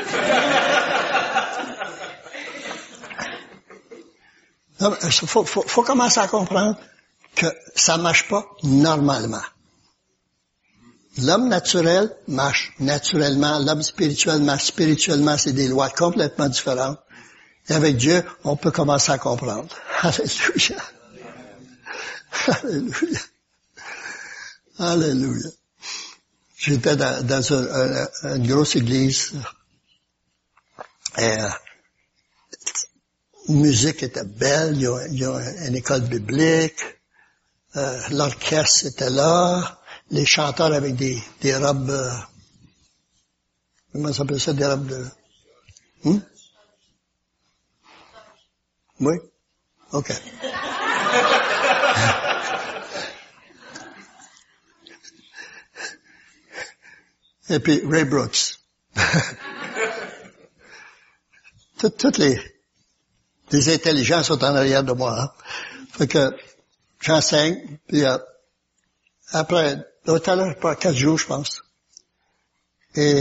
Faut commencer à comprendre que ça marche pas normalement. L'homme naturel marche naturellement, l'homme spirituel marche spirituellement, c'est des lois complètement différentes. Et avec Dieu, on peut commencer à comprendre. Alléluia. Alléluia. Alléluia. J'étais dans une grosse église. Et, la musique était belle, il y a une école biblique, l'orchestre était là, les chanteurs avec des robes, comment ça s'appelle ça, des robes de... Oui? OK. Et puis Ray Brooks. Toutes les intelligents sont en arrière de moi. Hein. Fait que j'enseigne, puis après, tout à l'heure, 4 jours, je pense. Et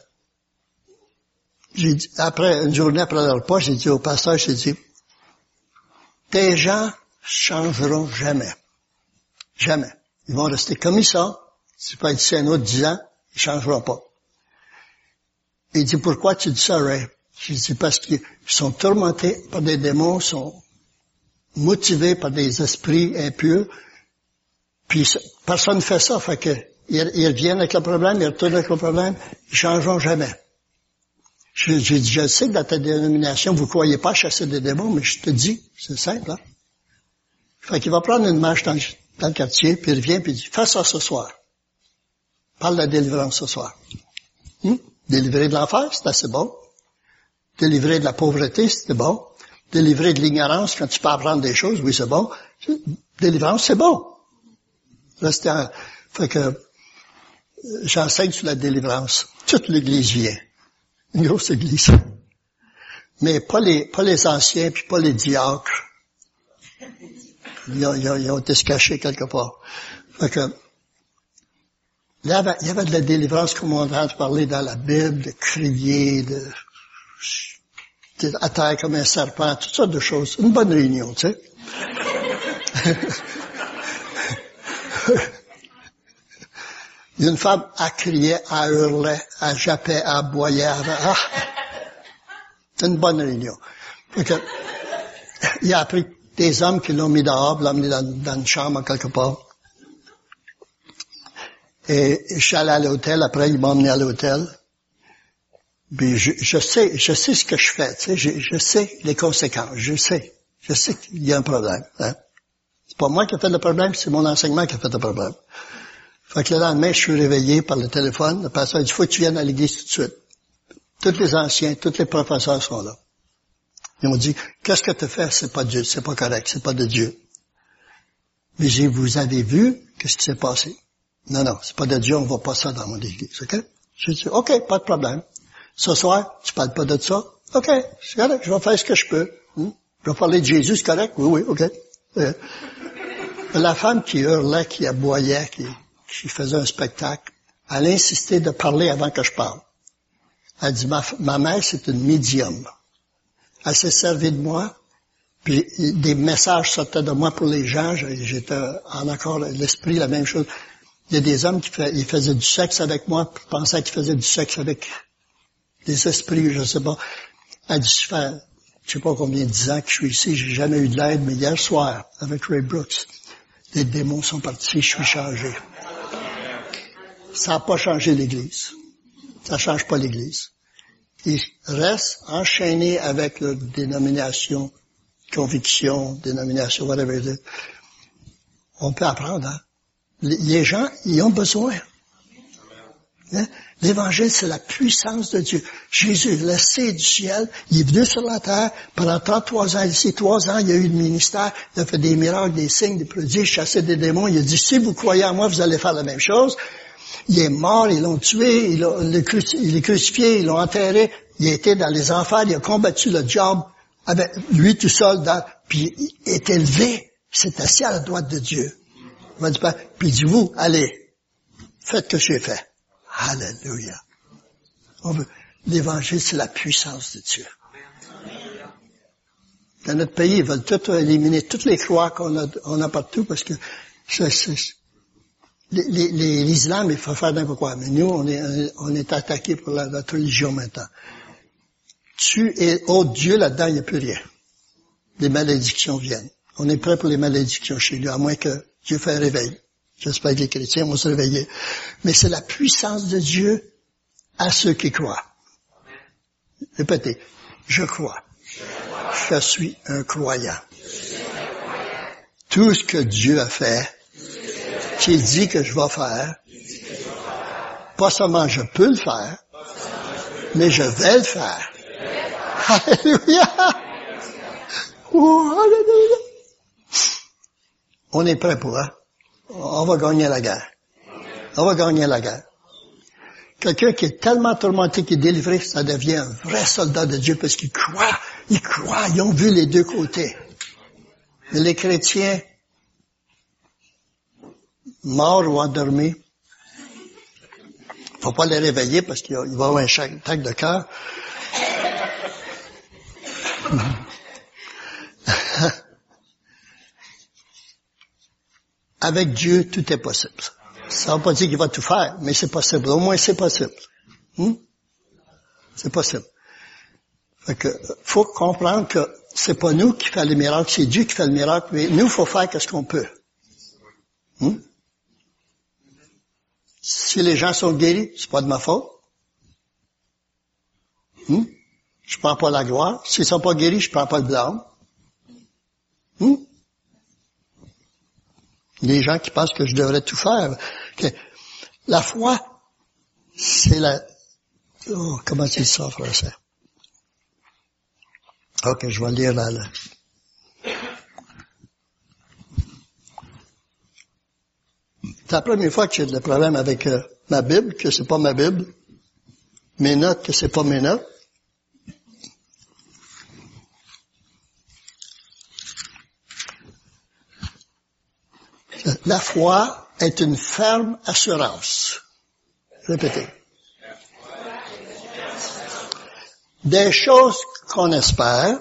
j'ai dit, une journée après le repas, j'ai dit au pasteur, j'ai dit, tes gens changeront jamais. Jamais. Ils vont rester comme ils sont. Tu peux être ici un autre 10 ans, ils changeront pas. Il dit, pourquoi tu dis ça, Ray? J'ai dit, parce qu'ils sont tourmentés par des démons, sont motivés par des esprits impurs, puis personne ne fait ça, fait que ils reviennent avec le problème, ils retournent avec le problème, ils changeront jamais. J'ai dit, je sais que dans ta dénomination, vous croyez pas chasser des démons, mais je te dis, c'est simple, hein. Fait qu'il va prendre une marche dans le quartier, puis il revient, puis il dit, fais ça ce soir. Parle de la délivrance ce soir. Délivrer de l'enfer, c'est assez bon. Délivrer de la pauvreté, c'est bon. Délivrer de l'ignorance quand tu peux apprendre des choses, oui, c'est bon. Délivrance, c'est bon. Fait que j'enseigne sur la délivrance. Toute l'Église vient. Une grosse Église. Mais pas les anciens, puis pas les diacres. Ils ont été se cacher quelque part. Fait que, il y avait de la délivrance, comme on entend parler dans la Bible, de crier, à terre comme un serpent, toutes sortes de choses. Une bonne réunion, tu sais. Il y a une femme, elle criait, elle hurlait, elle jappait, elle aboyait, c'est une bonne réunion. Fait que, il a appris des hommes qui l'ont mis dehors, l'ont mis dans une chambre quelque part. Et je suis allé à l'hôtel, après ils m'ont emmené à l'hôtel. Puis je sais ce que je fais, tu sais, je sais les conséquences, je sais qu'il y a un problème, hein. C'est pas moi qui ai fait le problème, c'est mon enseignement qui a fait le problème. Fait que le lendemain, je suis réveillé par le téléphone, le pasteur dit, il faut que tu viennes à l'église tout de suite. Tous les anciens, tous les professeurs sont là. Ils m'ont dit, qu'est-ce que tu fais? C'est pas Dieu, c'est pas correct, c'est pas de Dieu. Mais j'ai dit, vous avez vu qu'est-ce qui s'est passé? Non, c'est pas de Dieu, on voit pas ça dans mon église, ok? J'ai dit, ok, pas de problème. Ce soir, tu parles pas de ça? Ok, c'est correct, je vais faire ce que je peux. Je vais parler de Jésus, c'est correct? Oui, ok. La femme qui hurlait, qui aboyait, qui faisait un spectacle, elle a insisté de parler avant que je parle. Elle dit, ma mère, c'est une médium. Elle s'est servie de moi, puis des messages sortaient de moi pour les gens, j'étais en accord avec l'esprit, la même chose. Il y a des hommes ils faisaient du sexe avec moi, puis pensaient qu'ils faisaient du sexe avec des esprits, je sais pas. Elle dit, je sais pas combien de 10 ans que je suis ici, j'ai jamais eu de l'aide, mais hier soir, avec Ray Brooks, les démons sont partis, je suis changé. Ça n'a pas changé l'Église. Ça change pas l'Église. Ils restent enchaînés avec leur dénomination, conviction, dénomination, whatever. On peut apprendre, hein. Les gens, ils ont besoin. Hein? L'Évangile, c'est la puissance de Dieu. Jésus, laissé du ciel, il est venu sur la terre pendant 33 ans. Ici, 3 ans, il a eu le ministère, il a fait des miracles, des signes, des prodiges, chassé des démons. Il a dit, si vous croyez en moi, vous allez faire la même chose. Il est mort, ils l'ont tué, il est crucifié, ils l'ont enterré. Il a été dans les enfers, il a combattu le diable avec lui tout seul, puis il est élevé, s'est assis à la droite de Dieu. Puis il dit, vous, allez, faites ce que j'ai fait. Alléluia. L'Évangile, c'est la puissance de Dieu. Dans notre pays, ils veulent tout éliminer, toutes les croix qu'on a partout, parce que l'islam, il faut faire n'importe quoi. Mais nous, on est attaqués pour notre religion maintenant. Tu es autre Dieu, là-dedans, il n'y a plus rien. Les malédictions viennent. On est prêt pour les malédictions chez lui, à moins que Dieu fasse un réveil. J'espère que les chrétiens vont se réveiller. Mais c'est la puissance de Dieu à ceux qui croient. Répétez. Je crois. Je suis un croyant. Tout ce que Dieu a fait, qu'il dit que je vais faire, pas seulement je peux le faire, mais je vais le faire. Alléluia! Oh, alléluia! On est prêt pour, hein? On va gagner la guerre. On va gagner la guerre. Quelqu'un qui est tellement tourmenté qu'il est délivré, ça devient un vrai soldat de Dieu parce qu'il croit, ils ont vu les deux côtés. Mais les chrétiens, morts ou endormis, faut pas les réveiller parce qu'il va y avoir un attaque de cœur. Avec Dieu, tout est possible. Ça ne veut pas dire qu'il va tout faire, mais c'est possible. Au moins, c'est possible. C'est possible. Fait que, faut comprendre que c'est pas nous qui fait les miracles, c'est Dieu qui fait le miracle, mais nous, faut faire ce qu'on peut. Si les gens sont guéris, c'est pas de ma faute. Je prends pas la gloire. S'ils sont pas guéris, je prends pas le blâme. Les gens qui pensent que je devrais tout faire. Okay. La foi, c'est comment tu dis ça en français? Ok, je vais lire là. C'est la première fois que j'ai des problèmes avec ma Bible, que c'est pas ma Bible. Mes notes, que c'est pas mes notes. La foi est une ferme assurance. Répétez. Des choses qu'on espère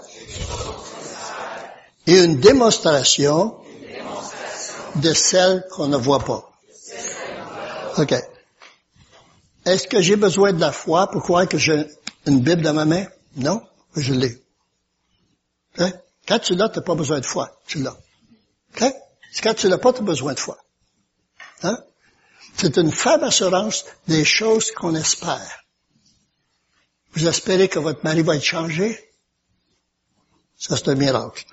et une démonstration de celles qu'on ne voit pas. OK. Est-ce que j'ai besoin de la foi pour croire que j'ai une Bible dans ma main? Non, je l'ai. Okay? Quand tu l'as, tu n'as pas besoin de foi. Tu l'as. OK? Quand tu l'as pas, tu as besoin de foi. Hein? C'est une ferme assurance des choses qu'on espère. Vous espérez que votre mari va être changé? Ça, c'est un miracle.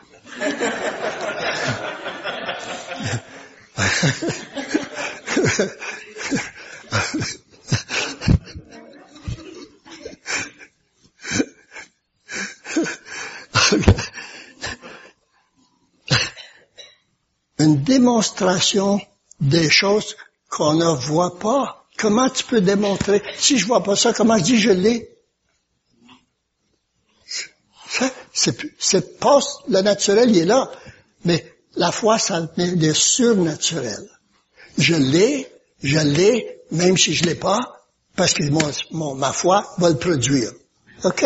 Une démonstration des choses qu'on ne voit pas. Comment tu peux démontrer? Si je vois pas ça, comment je dis je l'ai? C'est pas, le naturel, il est là. Mais la foi, ça est le surnaturel. Je l'ai, même si je l'ai pas, parce que ma foi va le produire. OK?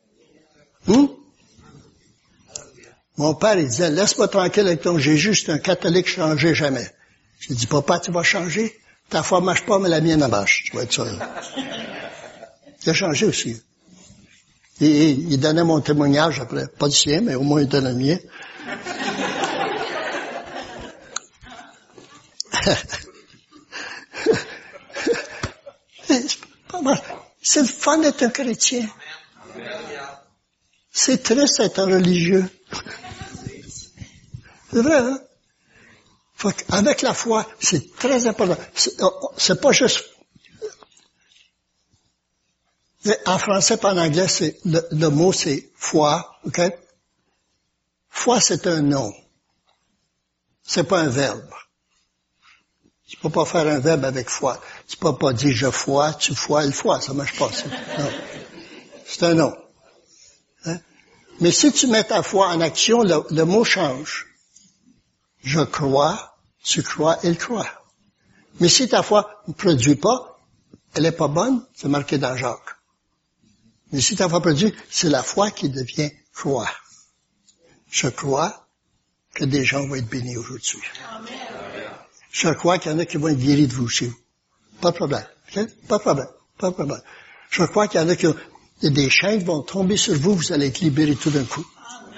Mon père, il disait, laisse-moi tranquille avec ton Jésus, c'est un catholique changé jamais. J'ai dit, papa, tu vas changer? Ta foi marche pas, mais la mienne, elle marche. Tu vas être sûr. Il a changé aussi. Et il donnait mon témoignage après. Pas le sien, mais au moins il donnait le mien. C'est le fun d'être un chrétien. C'est triste d'être un religieux. C'est vrai, hein? Faut qu'avec la foi, c'est très important. C'est pas juste... En français et en anglais, c'est le mot, c'est foi, OK? Foi, c'est un nom. C'est pas un verbe. Tu peux pas faire un verbe avec foi. Tu peux pas dire je foi, tu foi, il foi. Ça marche pas, ça. Non. C'est un nom. Hein? Mais si tu mets ta foi en action, le mot change. Je crois, tu crois, il croit. Mais si ta foi ne produit pas, elle est pas bonne, c'est marqué dans Jacques. Mais si ta foi produit, c'est la foi qui devient foi. Je crois que des gens vont être bénis aujourd'hui. Amen. Je crois qu'il y en a qui vont être guéris de vous chez vous. Pas de problème. Okay? Pas de problème. Pas de problème. Je crois qu'il y en a des chaînes vont tomber sur vous, vous allez être libérés tout d'un coup.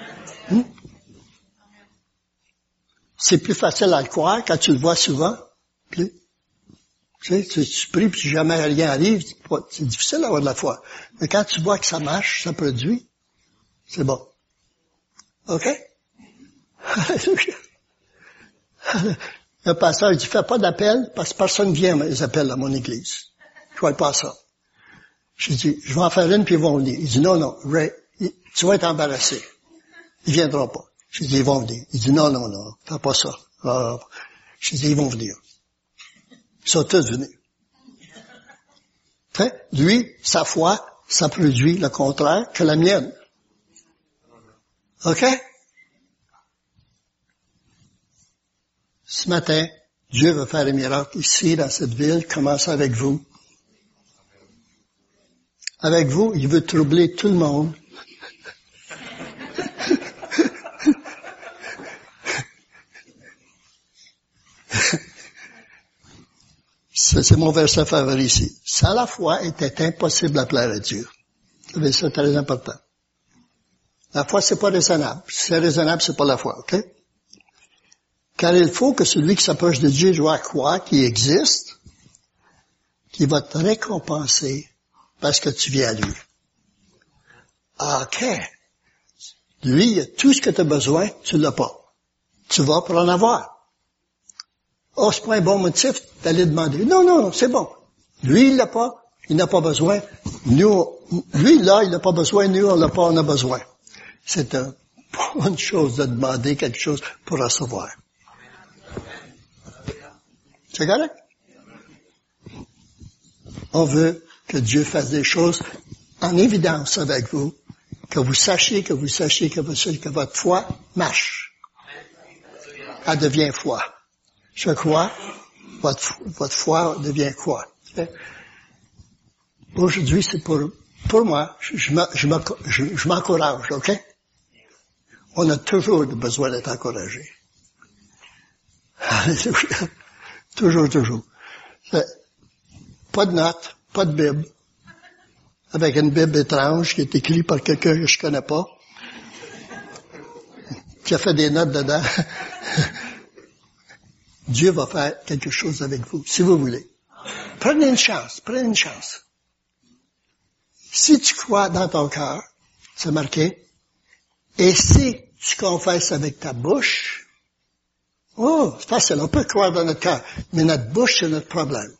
C'est plus facile à le croire quand tu le vois souvent. Puis, tu pries, puis jamais rien arrive, c'est difficile d'avoir de la foi. Mais quand tu vois que ça marche, ça produit, c'est bon. OK? Le pasteur dit, fais pas d'appel, parce que personne ne vient les appels à mon église. Je vois le pasteur. J'ai dit, je vais en faire une, puis ils vont venir. Il dit, non, Ray, tu vas être embarrassé. Ils viendront pas. J'ai dit, ils vont venir. Il dit, non, fais pas ça. J'ai dit, ils vont venir. Ils sont tous venus. Lui, sa foi, ça produit le contraire que la mienne. OK? Ce matin, Dieu va faire un miracle ici, dans cette ville, commence avec vous. Avec vous, il veut troubler tout le monde. C'est mon verset favori ici. Sans la foi, il était impossible de plaire à Dieu. C'est très important. La foi, c'est pas raisonnable. Si c'est raisonnable, c'est pas la foi, OK? Car il faut que celui qui s'approche de Dieu doit croire qu'il existe, qu'il va te récompenser parce que tu viens à lui. OK. Lui, il a tout ce que tu as besoin, tu l'as pas. Tu vas pour en avoir. Oh, c'est pas un bon motif d'aller demander. Non, c'est bon. Lui, il l'a pas, il n'a pas besoin. Nous, lui, là, il n'a pas besoin, nous, on l'a pas, on a besoin. C'est une bonne chose de demander quelque chose pour recevoir. C'est correct? On veut que Dieu fasse des choses en évidence avec vous, que vous sachiez que votre foi marche. Elle devient foi. Je crois, votre foi devient quoi? Aujourd'hui, c'est pour moi, je m'encourage, OK? On a toujours besoin d'être encouragé. Alléluia. Toujours. Pas de notes, pas de Bible. Avec une Bible étrange qui est écrite par quelqu'un que je connais pas. Qui a fait des notes dedans. Dieu va faire quelque chose avec vous, si vous voulez. Prenez une chance. Si tu crois dans ton cœur, c'est marqué, et si tu confesses avec ta bouche, oh, c'est facile, on peut croire dans notre cœur, mais notre bouche, c'est notre problème.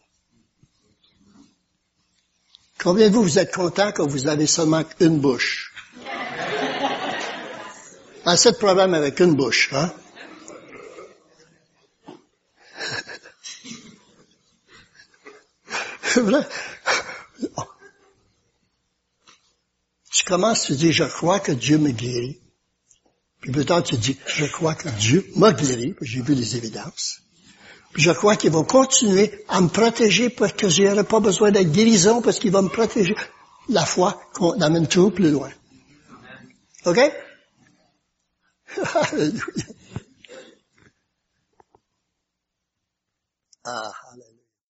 Combien de vous êtes contents quand vous avez seulement une bouche? Assez de problèmes avec une bouche, hein? Vrai? Tu commences, tu dis, je crois que Dieu me guérit. Puis plus tard, tu dis, je crois que Dieu m'a guéri, puis j'ai vu les évidences. Puis je crois qu'il va continuer à me protéger parce que je n'aurai pas besoin de guérison parce qu'il va me protéger. La foi qu'on amène tout plus loin. OK? Alléluia. Ah.